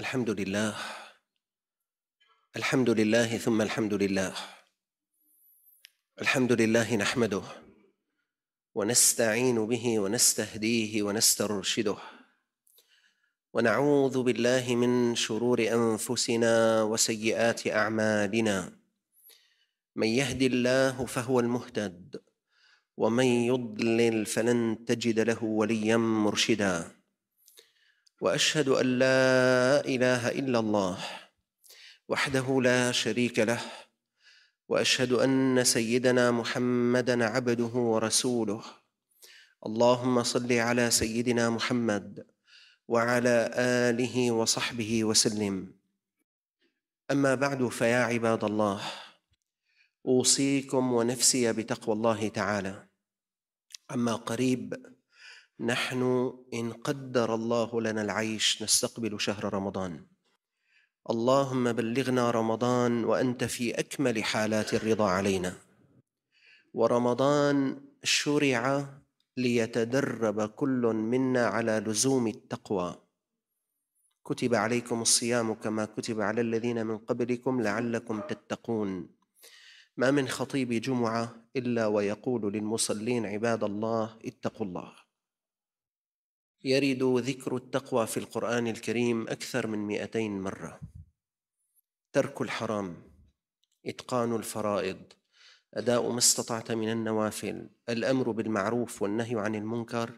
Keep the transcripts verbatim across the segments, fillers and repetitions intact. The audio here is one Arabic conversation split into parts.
الحمد لله الحمد لله ثم الحمد لله الحمد لله نحمده ونستعين به ونستهديه ونسترشده ونعوذ بالله من شرور أنفسنا وسيئات أعمالنا. من يهد الله فهو المهتد ومن يضلل فلن تجد له وليا مرشدا. وأشهد أن لا إله إلا الله وحده لا شريك له، وأشهد أن سيدنا محمدًا عبده ورسوله. اللهم صل على سيدنا محمد وعلى آله وصحبه وسلم. أما بعد، فيا عباد الله، أوصيكم ونفسي بتقوى الله تعالى. عما قريب نحن إن قدر الله لنا العيش نستقبل شهر رمضان. اللهم بلغنا رمضان وأنت في أكمل حالات الرضا علينا. ورمضان شرع ليتدرب كل منا على لزوم التقوى. كتب عليكم الصيام كما كتب على الذين من قبلكم لعلكم تتقون. ما من خطيب جمعة إلا ويقول للمصلين: عباد الله اتقوا الله. يرد ذكر التقوى في القرآن الكريم أكثر من مئتين مرة. ترك الحرام، إتقان الفرائض، أداء ما استطعت من النوافل، الأمر بالمعروف والنهي عن المنكر،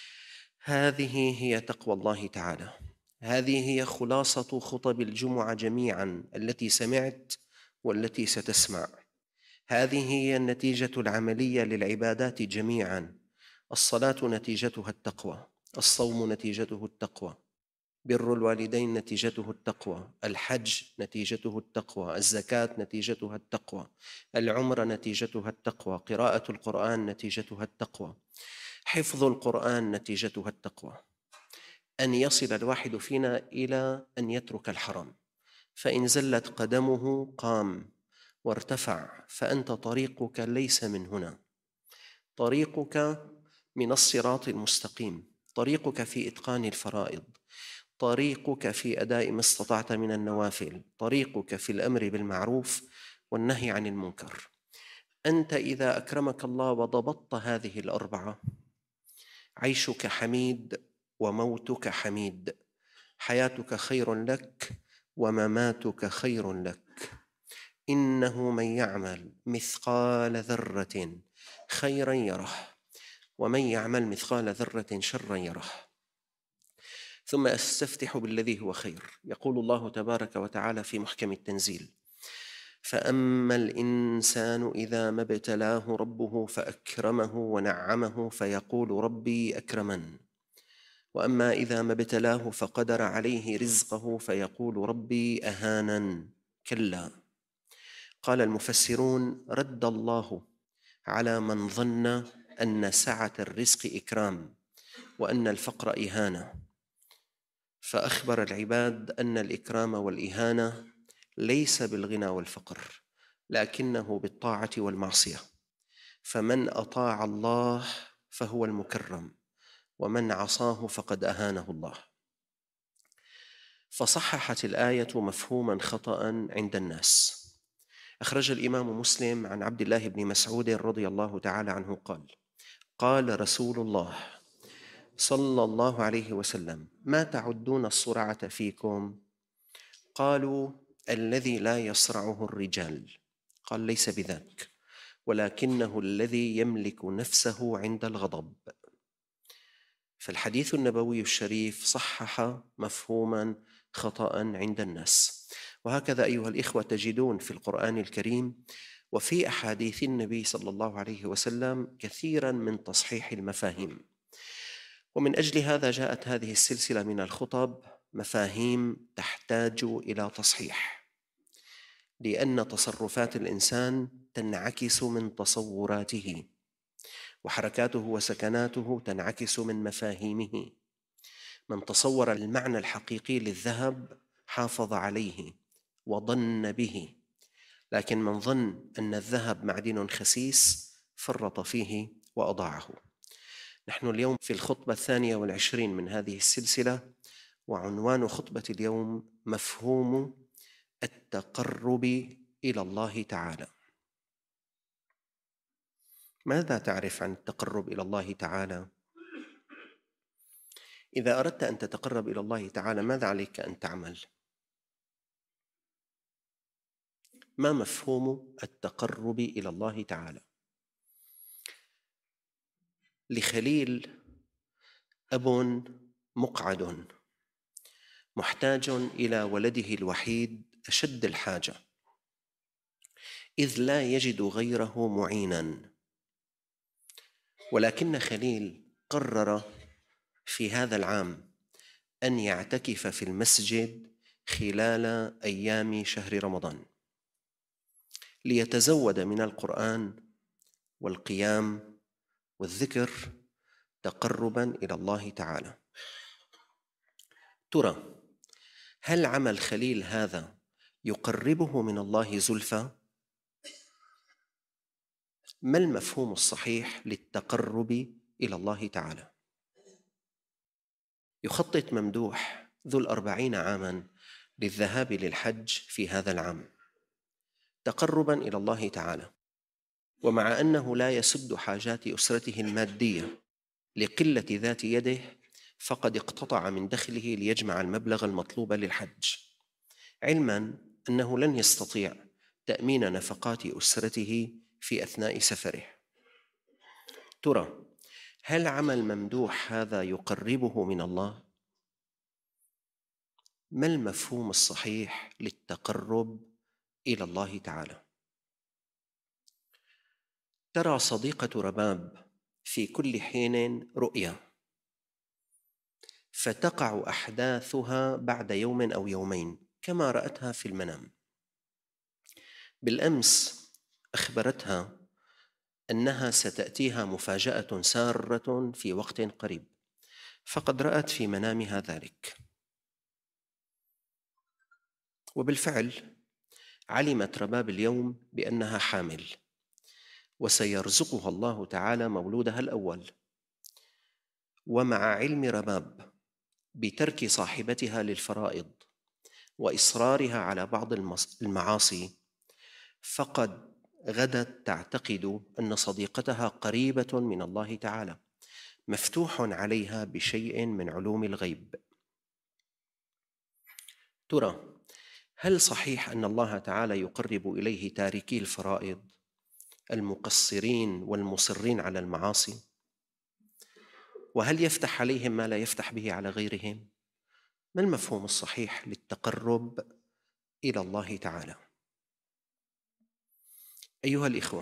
هذه هي تقوى الله تعالى. هذه هي خلاصة خطب الجمعة جميعا التي سمعت والتي ستسمع. هذه هي النتيجة العملية للعبادات جميعا. الصلاة نتيجتها التقوى، الصوم نتيجته التقوى، بر الوالدين نتيجته التقوى، الحج نتيجته التقوى، الزكاة نتيجتها التقوى، العمرة نتيجتها التقوى، قراءة القرآن نتيجتها التقوى، حفظ القرآن نتيجتها التقوى. أن يصل الواحد فينا إلى أن يترك الحرام، فإن زلت قدمه قام وارتفع، فأنت طريقك ليس من هنا، طريقك من الصراط المستقيم، طريقك في إتقان الفرائض، طريقك في أداء ما استطعت من النوافل، طريقك في الأمر بالمعروف والنهي عن المنكر. أنت إذا أكرمك الله وضبطت هذه الأربعة، عيشك حميد وموتك حميد، حياتك خير لك ومماتك خير لك. إنه من يعمل مثقال ذرة خيرا يره ومن يعمل مثقال ذرة شرا يره. ثم أستفتح بالذي هو خير. يقول الله تبارك وتعالى في محكم التنزيل: فأما الإنسان إذا ما ابتلاه ربه فأكرمه ونعمه فيقول ربي أكرمن، وأما إذا ما ابتلاه فقدر عليه رزقه فيقول ربي أهانن. كلا. قال المفسرون: رد الله على من ظن أن سعة الرزق إكرام وأن الفقر إهانة، فأخبر العباد أن الإكرام والإهانة ليس بالغنى والفقر، لكنه بالطاعة والمعصية. فمن أطاع الله فهو المكرم، ومن عصاه فقد أهانه الله. فصححت الآية مفهوما خطأ عند الناس. أخرج الإمام مسلم عن عبد الله بن مسعود رضي الله تعالى عنه قال: قال رسول الله صلى الله عليه وسلم: ما تعدون الصرعة فيكم؟ قالوا: الذي لا يصرعه الرجال. قال: ليس بذاك، ولكنه الذي يملك نفسه عند الغضب. فالحديث النبوي الشريف صحح مفهوما خطأ عند الناس. وهكذا أيها الإخوة تجدون في القرآن الكريم وفي أحاديث النبي صلى الله عليه وسلم كثيرا من تصحيح المفاهيم. ومن أجل هذا جاءت هذه السلسلة من الخطب، مفاهيم تحتاج إلى تصحيح، لأن تصرفات الإنسان تنعكس من تصوراته، وحركاته وسكناته تنعكس من مفاهيمه. من تصور المعنى الحقيقي للذهب حافظ عليه وظن به، لكن من ظن أن الذهب معدن خسيس فرط فيه وأضاعه. نحن اليوم في الخطبة الثانية والعشرين من هذه السلسلة، وعنوان خطبة اليوم مفهوم التقرب إلى الله تعالى. ماذا تعرف عن التقرب إلى الله تعالى؟ إذا أردت أن تتقرب إلى الله تعالى ماذا عليك أن تعمل؟ ما مفهوم التقرب إلى الله تعالى؟ لخليل أب مقعد محتاج إلى ولده الوحيد أشد الحاجة، إذ لا يجد غيره معيناً، ولكن خليل قرر في هذا العام أن يعتكف في المسجد خلال أيام شهر رمضان ليتزود من القرآن والقيام والذكر تقرباً إلى الله تعالى. ترى هل عمل خليل هذا يقربه من الله زلفى؟ ما المفهوم الصحيح للتقرب إلى الله تعالى؟ يخطط ممدوح ذو الأربعين عاماً للذهاب للحج في هذا العام تقرباً إلى الله تعالى، ومع أنه لا يسد حاجات أسرته المادية لقلة ذات يده فقد اقتطع من دخله ليجمع المبلغ المطلوب للحج، علماً أنه لن يستطيع تأمين نفقات أسرته في أثناء سفره. ترى هل عمل ممدوح هذا يقربه من الله؟ ما المفهوم الصحيح للتقرب إلى الله تعالى؟ ترى صديقة رباب في كل حين رؤيا فتقع أحداثها بعد يوم أو يومين كما رأتها في المنام. بالأمس أخبرتها أنها ستأتيها مفاجأة سارة في وقت قريب، فقد رأت في منامها ذلك، وبالفعل علمت رباب اليوم بأنها حامل وسيرزقها الله تعالى مولودها الأول. ومع علم رباب بترك صاحبتها للفرائض وإصرارها على بعض المعاصي فقد غدت تعتقد أن صديقتها قريبة من الله تعالى مفتوح عليها بشيء من علوم الغيب. ترى هل صحيح أن الله تعالى يقرب إليه تاركي الفرائض المقصرين والمصرين على المعاصي؟ وهل يفتح عليهم ما لا يفتح به على غيرهم؟ ما المفهوم الصحيح للتقرب إلى الله تعالى؟ أيها الإخوة،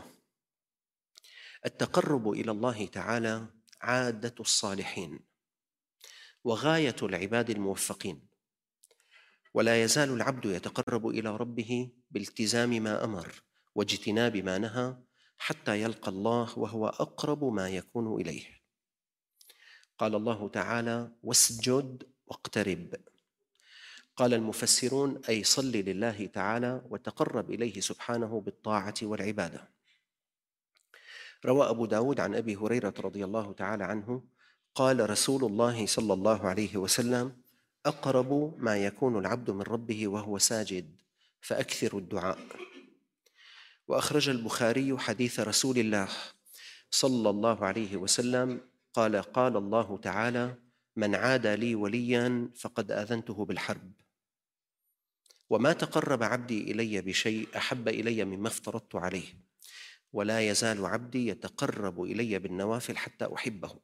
التقرب إلى الله تعالى عادة الصالحين وغاية العباد الموفقين، ولا يزال العبد يتقرب إلى ربه بالتزام ما أمر واجتناب ما نهى حتى يلقى الله وهو أقرب ما يكون إليه. قال الله تعالى: واسجد واقترب. قال المفسرون: أي صل لله تعالى وتقرب إليه سبحانه بالطاعة والعبادة. روى أبو داود عن أبي هريرة رضي الله تعالى عنه قال رسول الله صلى الله عليه وسلم: أقرب ما يكون العبد من ربه وهو ساجد فأكثر الدعاء. وأخرج البخاري حديث رسول الله صلى الله عليه وسلم قال: قال الله تعالى: من عادى لي وليا فقد آذنته بالحرب. وما تقرب عبدي إلي بشيء أحب إلي مما افترضت عليه، ولا يزال عبدي يتقرب إلي بالنوافل حتى أحبه.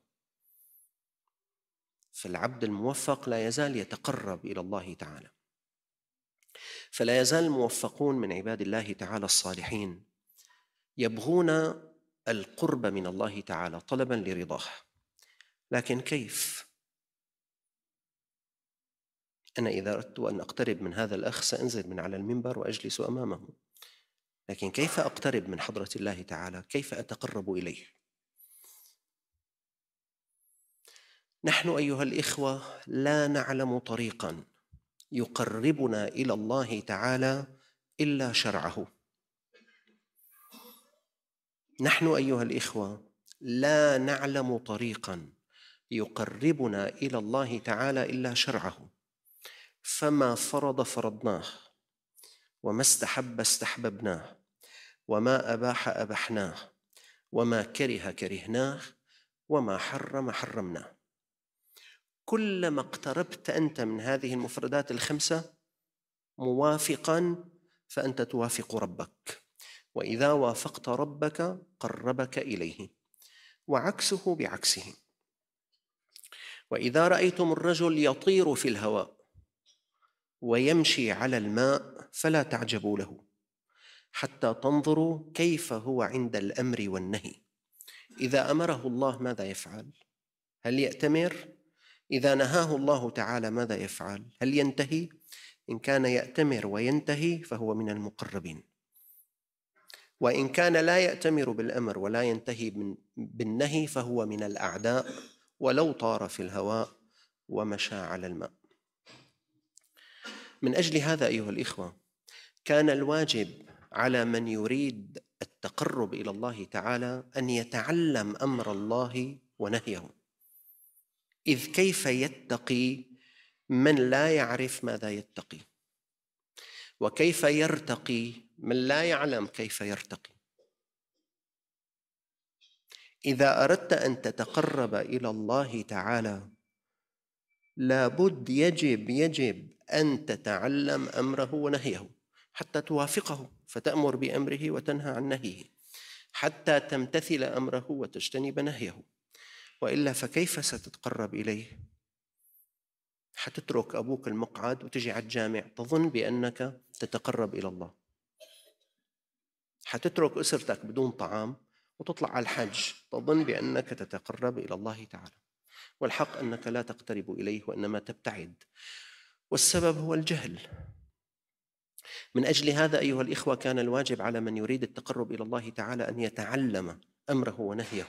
فالعبد الموفق لا يزال يتقرب إلى الله تعالى، فلا يزال الموفقون من عباد الله تعالى الصالحين يبغون القرب من الله تعالى طلباً لرضاه. لكن كيف؟ أنا إذا أردت أن أقترب من هذا الأخ سأنزل من على المنبر وأجلس أمامه، لكن كيف أقترب من حضرة الله تعالى؟ كيف أتقرب إليه؟ نحن أيها الإخوة لا نعلم طريقاً يقربنا إلى الله تعالى إلا شرعه. نحن أيها الإخوة لا نعلم طريقاً يقربنا إلى الله تعالى إلا شرعه. فما فرض فرضناه، وما استحب استحببناه، وما أباح أبحناه، وما كره كرهناه، وما حرم حرمناه. كلما اقتربت أنت من هذه المفردات الخمسة موافقاً فأنت توافق ربك، وإذا وافقت ربك قربك إليه، وعكسه بعكسه. وإذا رأيتم الرجل يطير في الهواء ويمشي على الماء فلا تعجبوا له حتى تنظروا كيف هو عند الأمر والنهي. إذا أمره الله ماذا يفعل؟ هل يأتمر؟ إذا نهاه الله تعالى ماذا يفعل؟ هل ينتهي؟ إن كان يأتمر وينتهي فهو من المقربين، وإن كان لا يأتمر بالأمر ولا ينتهي بالنهي فهو من الأعداء، ولو طار في الهواء ومشى على الماء. من أجل هذا أيها الإخوة كان الواجب على من يريد التقرب إلى الله تعالى أن يتعلم أمر الله ونهيه، إذ كيف يتقي من لا يعرف ماذا يتقي؟ وكيف يرتقي من لا يعلم كيف يرتقي؟ إذا أردت أن تتقرب إلى الله تعالى لابد يجب يجب أن تتعلم أمره ونهيه حتى توافقه فتأمر بأمره وتنهى عن نهيه، حتى تمتثل أمره وتجتنب نهيه، وإلا فكيف ستتقرب إليه؟ حتترك أبوك المقعد وتجي على الجامع تظن بأنك تتقرب إلى الله، حتترك أسرتك بدون طعام وتطلع على الحج تظن بأنك تتقرب إلى الله تعالى، والحق أنك لا تقترب إليه وإنما تبتعد، والسبب هو الجهل. من أجل هذا أيها الإخوة كان الواجب على من يريد التقرب إلى الله تعالى أن يتعلم أمره ونهيه،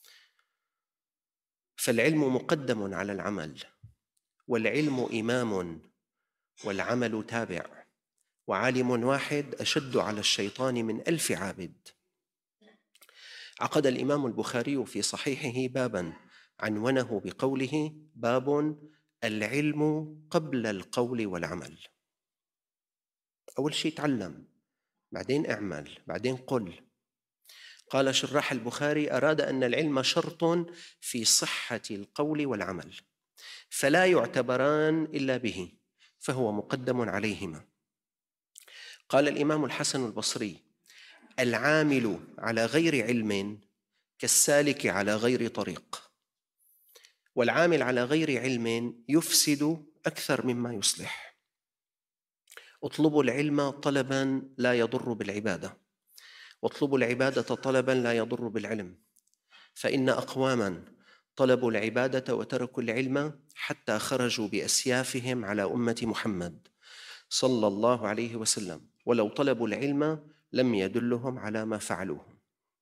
فالعلم مقدم على العمل، والعلم إمام والعمل تابع، وعالم واحد أشد على الشيطان من ألف عابد. عقد الإمام البخاري في صحيحه باباً عنونه بقوله: باب العلم قبل القول والعمل. أول شيء تعلم، بعدين اعمل، بعدين قل. قال شراح البخاري: أراد أن العلم شرط في صحة القول والعمل، فلا يعتبران إلا به، فهو مقدم عليهما. قال الإمام الحسن البصري: العامل على غير علم كالسالك على غير طريق، والعامل على غير علم يفسد أكثر مما يصلح. اطلبوا العلم طلبا لا يضر بالعبادة، واطلبوا العبادة طلبا لا يضر بالعلم، فإن أقواما طلبوا العبادة وتركوا العلم حتى خرجوا بأسيافهم على أمة محمد صلى الله عليه وسلم، ولو طلبوا العلم لم يدلهم على ما فعلوه.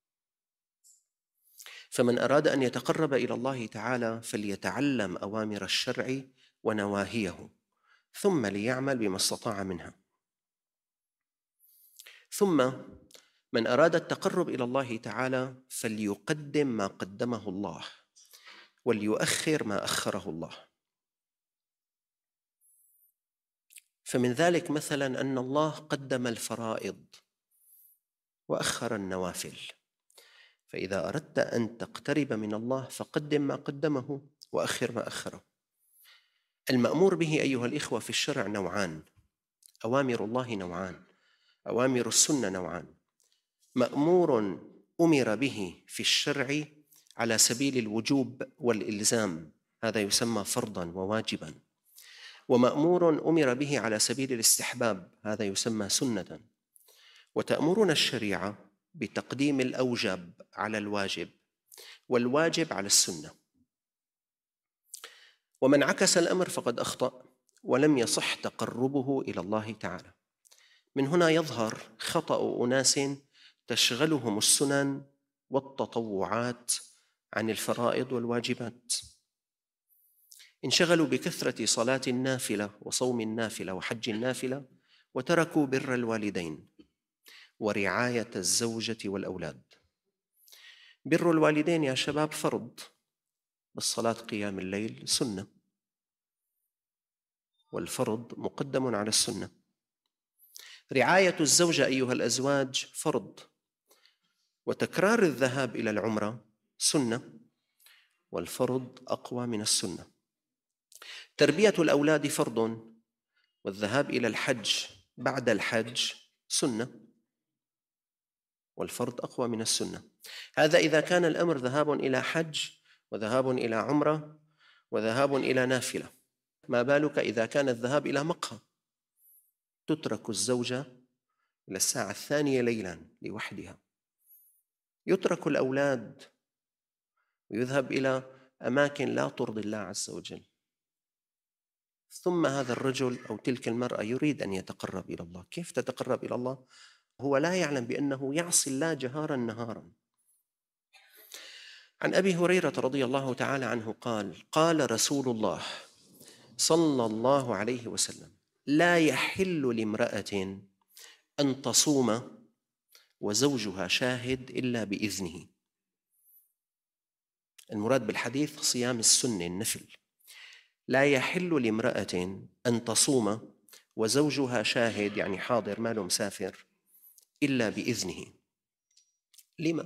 فمن أراد أن يتقرب إلى الله تعالى فليتعلم أوامر الشرع ونواهيه، ثم ليعمل بما استطاع منها. ثم من أراد التقرب إلى الله تعالى فليقدم ما قدمه الله وليؤخر ما أخره الله. فمن ذلك مثلا أن الله قدم الفرائض وأخر النوافل، فإذا أردت أن تقترب من الله فقدم ما قدمه وأخر ما أخره. المأمور به أيها الإخوة في الشرع نوعان، أوامر الله نوعان، أوامر السنة نوعان. مأمور أمر به في الشرع على سبيل الوجوب والإلزام، هذا يسمى فرضاً وواجباً، ومأمور أمر به على سبيل الاستحباب، هذا يسمى سنة. وتأمرنا الشريعة بتقديم الأوجب على الواجب والواجب على السنة، ومن عكس الأمر فقد أخطأ ولم يصح تقربه إلى الله تعالى. من هنا يظهر خطأ أناس تشغلهم السنن والتطوعات عن الفرائض والواجبات، انشغلوا بكثرة صلاة النافلة وصوم النافلة وحج النافلة وتركوا بر الوالدين ورعاية الزوجة والأولاد. بر الوالدين يا شباب فرض، بالصلاة قيام الليل سنة، والفرض مقدم على السنة. رعاية الزوجة أيها الأزواج فرض، وتكرار الذهاب إلى العمرة سنة، والفرض أقوى من السنة. تربية الأولاد فرض، والذهاب إلى الحج بعد الحج سنة، والفرض أقوى من السنة. هذا إذا كان الأمر ذهاب إلى حج وذهاب إلى عمرة وذهاب إلى نافلة، ما بالك إذا كان الذهاب إلى مقهى؟ تترك الزوجة إلى الساعة الثانية ليلاً لوحدها، يترك الأولاد ويذهب إلى أماكن لا ترضي الله عز وجل، ثم هذا الرجل أو تلك المرأة يريد أن يتقرب إلى الله. كيف تتقرب إلى الله؟ هو لا يعلم بأنه يعصي الله جهارا نهارا. عن أبي هريرة رضي الله تعالى عنه قال: قال رسول الله صلى الله عليه وسلم: لا يحل لامرأة أن تصوم وزوجها شاهد إلا بإذنه. المراد بالحديث صيام السنة النفل. لا يحل لامرأة أن تصوم وزوجها شاهد، يعني حاضر ما له مسافر، إلا بإذنه. لما؟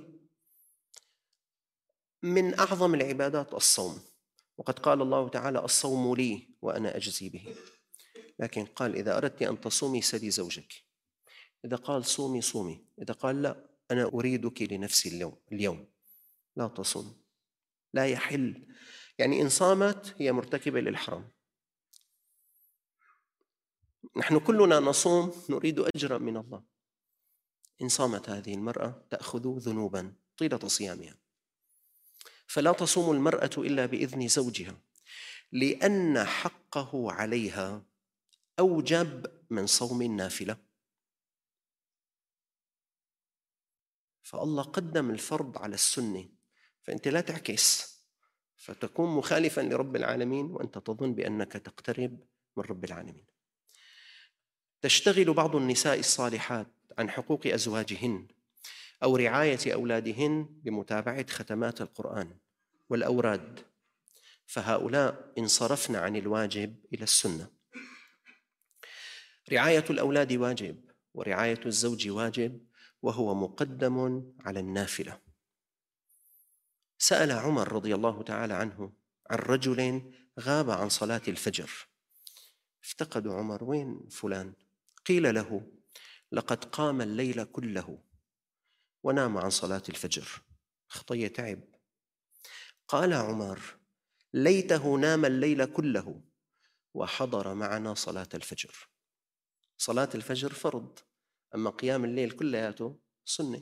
من أعظم العبادات الصوم، وقد قال الله تعالى: الصوم لي وأنا أجزي به. لكن قال: إذا أردت أن تصومي سلي زوجك. إذا قال صومي صومي، إذا قال لا أنا أريدك لنفسي اليوم, اليوم لا تصوم. لا يحل، يعني إن صامت هي مرتكبة للحرام. نحن كلنا نصوم نريد أجرا من الله. إن صامت هذه المرأة تأخذ ذنوبا طيلة صيامها. فلا تصوم المرأة إلا بإذن زوجها، لأن حقه عليها أوجب من صوم النافلة. فالله قدم الفرض على السنة، فأنت لا تعكس فتكون مخالفا لرب العالمين وأنت تظن بأنك تقترب من رب العالمين. تشتغل بعض النساء الصالحات عن حقوق أزواجهن أو رعاية أولادهن بمتابعة ختمات القرآن والأوراد، فهؤلاء انصرفن عن الواجب إلى السنة. رعاية الأولاد واجب، ورعاية الزوج واجب، وهو مقدم على النافلة. سأل عمر رضي الله تعالى عنه عن رجل غاب عن صلاة الفجر، افتقدوا عمر: وين فلان؟ قيل له: لقد قام الليل كله ونام عن صلاة الفجر. خطية تعب. قال عمر: ليته نام الليل كله وحضر معنا صلاة الفجر. صلاة الفجر فرض، أما قيام الليل كلياته سنة.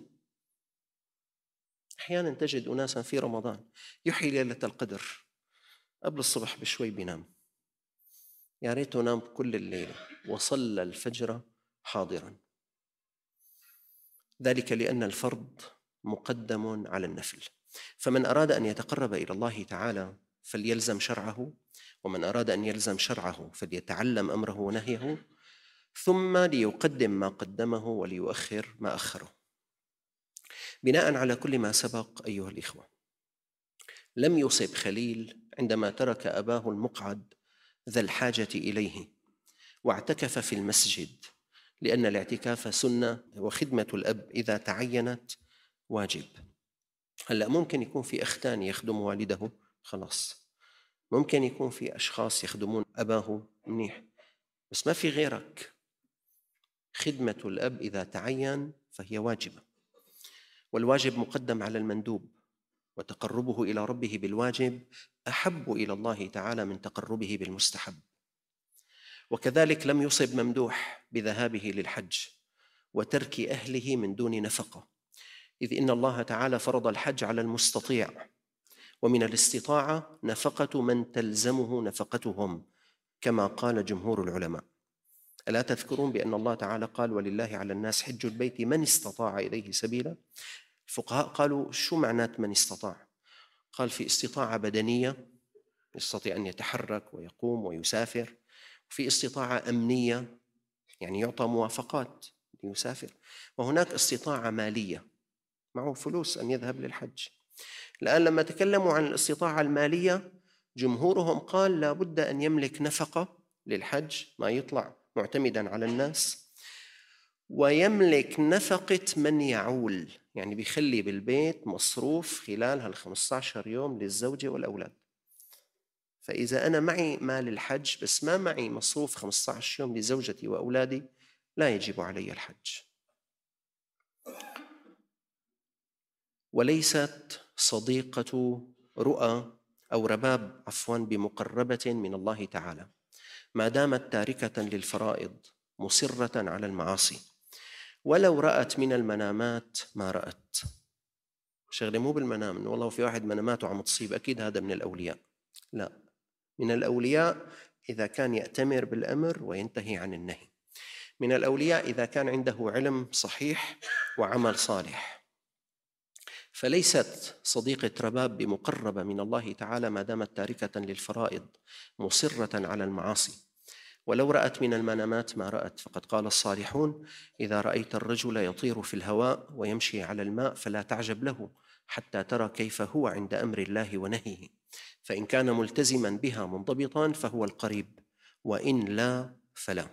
أحيانا تجد أناسا في رمضان يحيي ليلة القدر قبل الصبح بشوي بينام، يا ريته نام كل الليل وصلى الفجر حاضرا. ذلك لأن الفرض مقدم على النفل. فمن أراد أن يتقرب إلى الله تعالى فليلزم شرعه، ومن أراد أن يلزم شرعه فليتعلم أمره ونهيه، ثم ليقدم ما قدمه وليؤخر ما أخره. بناء على كل ما سبق أيها الإخوة، لم يصب خليل عندما ترك أباه المقعد ذا الحاجة إليه واعتكف في المسجد، لأن الاعتكاف سنة وخدمة الأب إذا تعينت واجب. هلأ ممكن يكون في أختان يخدم والده، خلاص. ممكن يكون في أشخاص يخدمون أباه، منيح، بس ما في غيرك. خدمة الأب إذا تعين فهي واجبة، والواجب مقدم على المندوب، وتقربه إلى ربه بالواجب أحب إلى الله تعالى من تقربه بالمستحب. وكذلك لم يصب ممدوح بذهابه للحج وترك أهله من دون نفقة، إذ إن الله تعالى فرض الحج على المستطيع، ومن الاستطاعة نفقة من تلزمه نفقتهم، كما قال جمهور العلماء. ألا تذكرون بأن الله تعالى قال: ولله على الناس حج البيت من استطاع إليه سبيلا؟ الفقهاء قالوا: شو معنات من استطاع؟ قال: في استطاعة بدنية يستطيع أن يتحرك ويقوم ويسافر، وفي استطاعة أمنية يعني يعطى موافقات ليسافر، وهناك استطاعة مالية معه فلوس أن يذهب للحج. الآن لما تكلموا عن الاستطاعة المالية جمهورهم قال لا بد أن يملك نفقة للحج، ما يطلع معتمدا على الناس، ويملك نفقة من يعول، يعني بيخلي بالبيت مصروف خلال هالخمسة عشر يوم للزوجة والأولاد. فإذا أنا معي مال الحج بس ما معي مصروف خمسة عشر يوم لزوجتي وأولادي، لا يجب علي الحج. وليست صديقة رؤى أو رباب عفوا بمقربة من الله تعالى ما دامت تاركة للفرائض مصرة على المعاصي، ولو رأت من المنامات ما رأت. شغلة مو بالمنام إنه والله في واحد مناماته عم تصيب أكيد هذا من الأولياء، لا، من الأولياء إذا كان يأتمر بالأمر وينتهي عن النهي، من الأولياء إذا كان عنده علم صحيح وعمل صالح. فليست صديقة رباب بمقربة من الله تعالى ما دامت تاركة للفرائض مصرة على المعاصي، ولو رأت من المنامات ما رأت. فقد قال الصالحون: إذا رأيت الرجل يطير في الهواء ويمشي على الماء فلا تعجب له حتى ترى كيف هو عند أمر الله ونهيه، فإن كان ملتزما بها منضبطا فهو القريب، وإن لا فلا.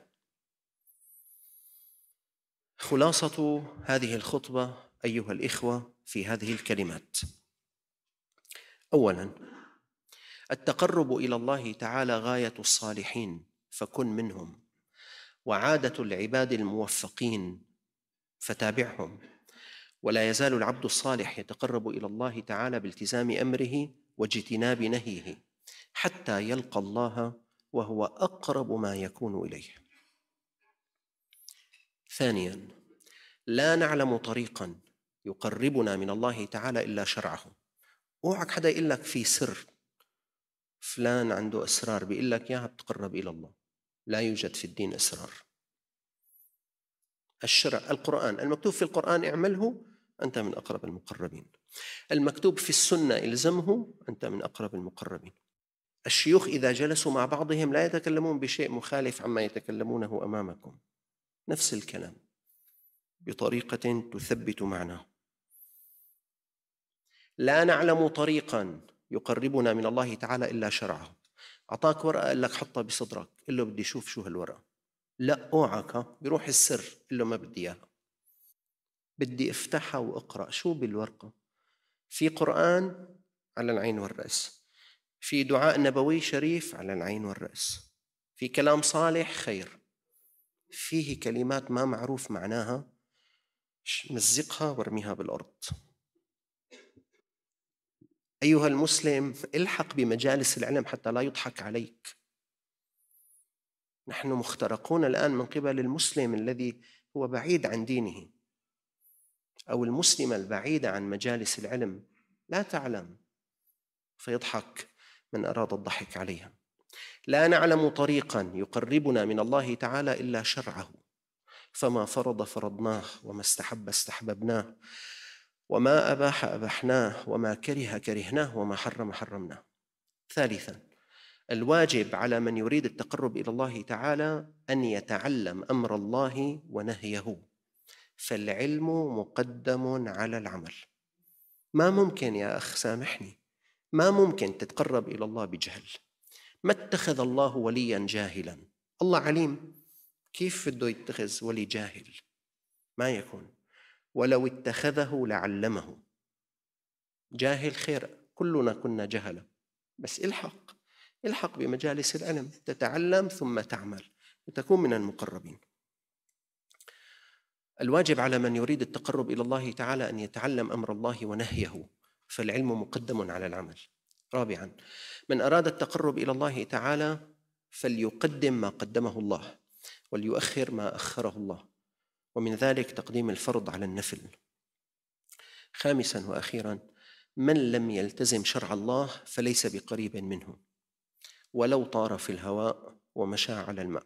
خلاصة هذه الخطبة أيها الإخوة في هذه الكلمات: أولاً، التقرب إلى الله تعالى غاية الصالحين فكن منهم، وعادة العباد الموفقين فتابعهم. ولا يزال العبد الصالح يتقرب إلى الله تعالى بالتزام أمره واجتناب نهيه حتى يلقى الله وهو أقرب ما يكون إليه. ثانياً، لا نعلم طريقاً يقربنا من الله تعالى إلا شرعه. اوعك حدا يقول لك في سر، فلان عنده أسرار بيقول لك ياها بتقرب إلى الله. لا يوجد في الدين أسرار. الشرع القرآن، المكتوب في القرآن اعمله أنت من أقرب المقربين، المكتوب في السنة إلزمه أنت من أقرب المقربين. الشيوخ إذا جلسوا مع بعضهم لا يتكلمون بشيء مخالف عما يتكلمونه أمامكم، نفس الكلام بطريقة تثبت معناه. لا نعلم طريقاً يقربنا من الله تعالى إلا شرعه. أعطاك ورقة قال لك حطها بصدرك، قل له بدي أشوف شو هالورقة. لا، اوعك بيروح السر، قل له ما بدي إياها، بدي افتحها وأقرأ شو بالورقة. في قرآن على العين والرأس، في دعاء نبوي شريف على العين والرأس، في كلام صالح خير، فيه كلمات ما معروف معناها مزقها وارميها بالأرض. أيها المسلم، الحق بمجالس العلم حتى لا يضحك عليك. نحن مخترقون الآن من قبل المسلم الذي هو بعيد عن دينه، أو المسلمة البعيدة عن مجالس العلم، لا تعلم فيضحك من أراد الضحك عليها. لا نعلم طريقاً يقربنا من الله تعالى إلا شرعه، فما فرض فرضناه، وما استحب استحببناه، وما أباح أبحناه، وما كره كرهناه، وما حرم حرمناه. ثالثاً، الواجب على من يريد التقرب إلى الله تعالى أن يتعلم أمر الله ونهيه، فالعلم مقدم على العمل. ما ممكن يا أخ، سامحني، ما ممكن تتقرب إلى الله بجهل. ما اتخذ الله وليا جاهلا، الله عليم، كيف بده يتخذ ولي جاهل؟ ما يكون. ولو اتخذه لعلمه. جاهل خير، كلنا كنا جهلة، بس الحق الحق بمجالس العلم، تتعلم ثم تعمل وتكون من المقربين. الواجب على من يريد التقرب إلى الله تعالى أن يتعلم أمر الله ونهيه، فالعلم مقدم على العمل. رابعاً، من أراد التقرب إلى الله تعالى فليقدم ما قدمه الله وليؤخر ما أخره الله، ومن ذلك تقديم الفرض على النفل. خامساً وأخيراً، من لم يلتزم شرع الله فليس بقريب منه ولو طار في الهواء ومشى على الماء.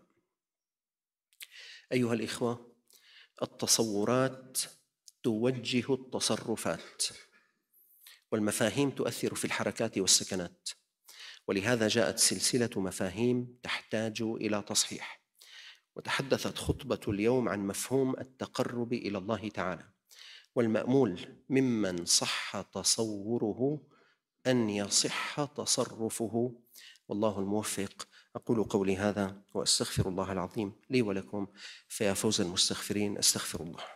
أيها الإخوة، التصورات توجه التصرفات، والمفاهيم تؤثر في الحركات والسكنات، ولهذا جاءت سلسلة مفاهيم تحتاج إلى تصحيح. وتحدثت خطبة اليوم عن مفهوم التقرب إلى الله تعالى، والمأمول ممن صح تصوره أن يصح تصرفه، والله الموفق. أقول قولي هذا وأستغفر الله العظيم لي ولكم، فيا فوز المستغفرين. أستغفر الله.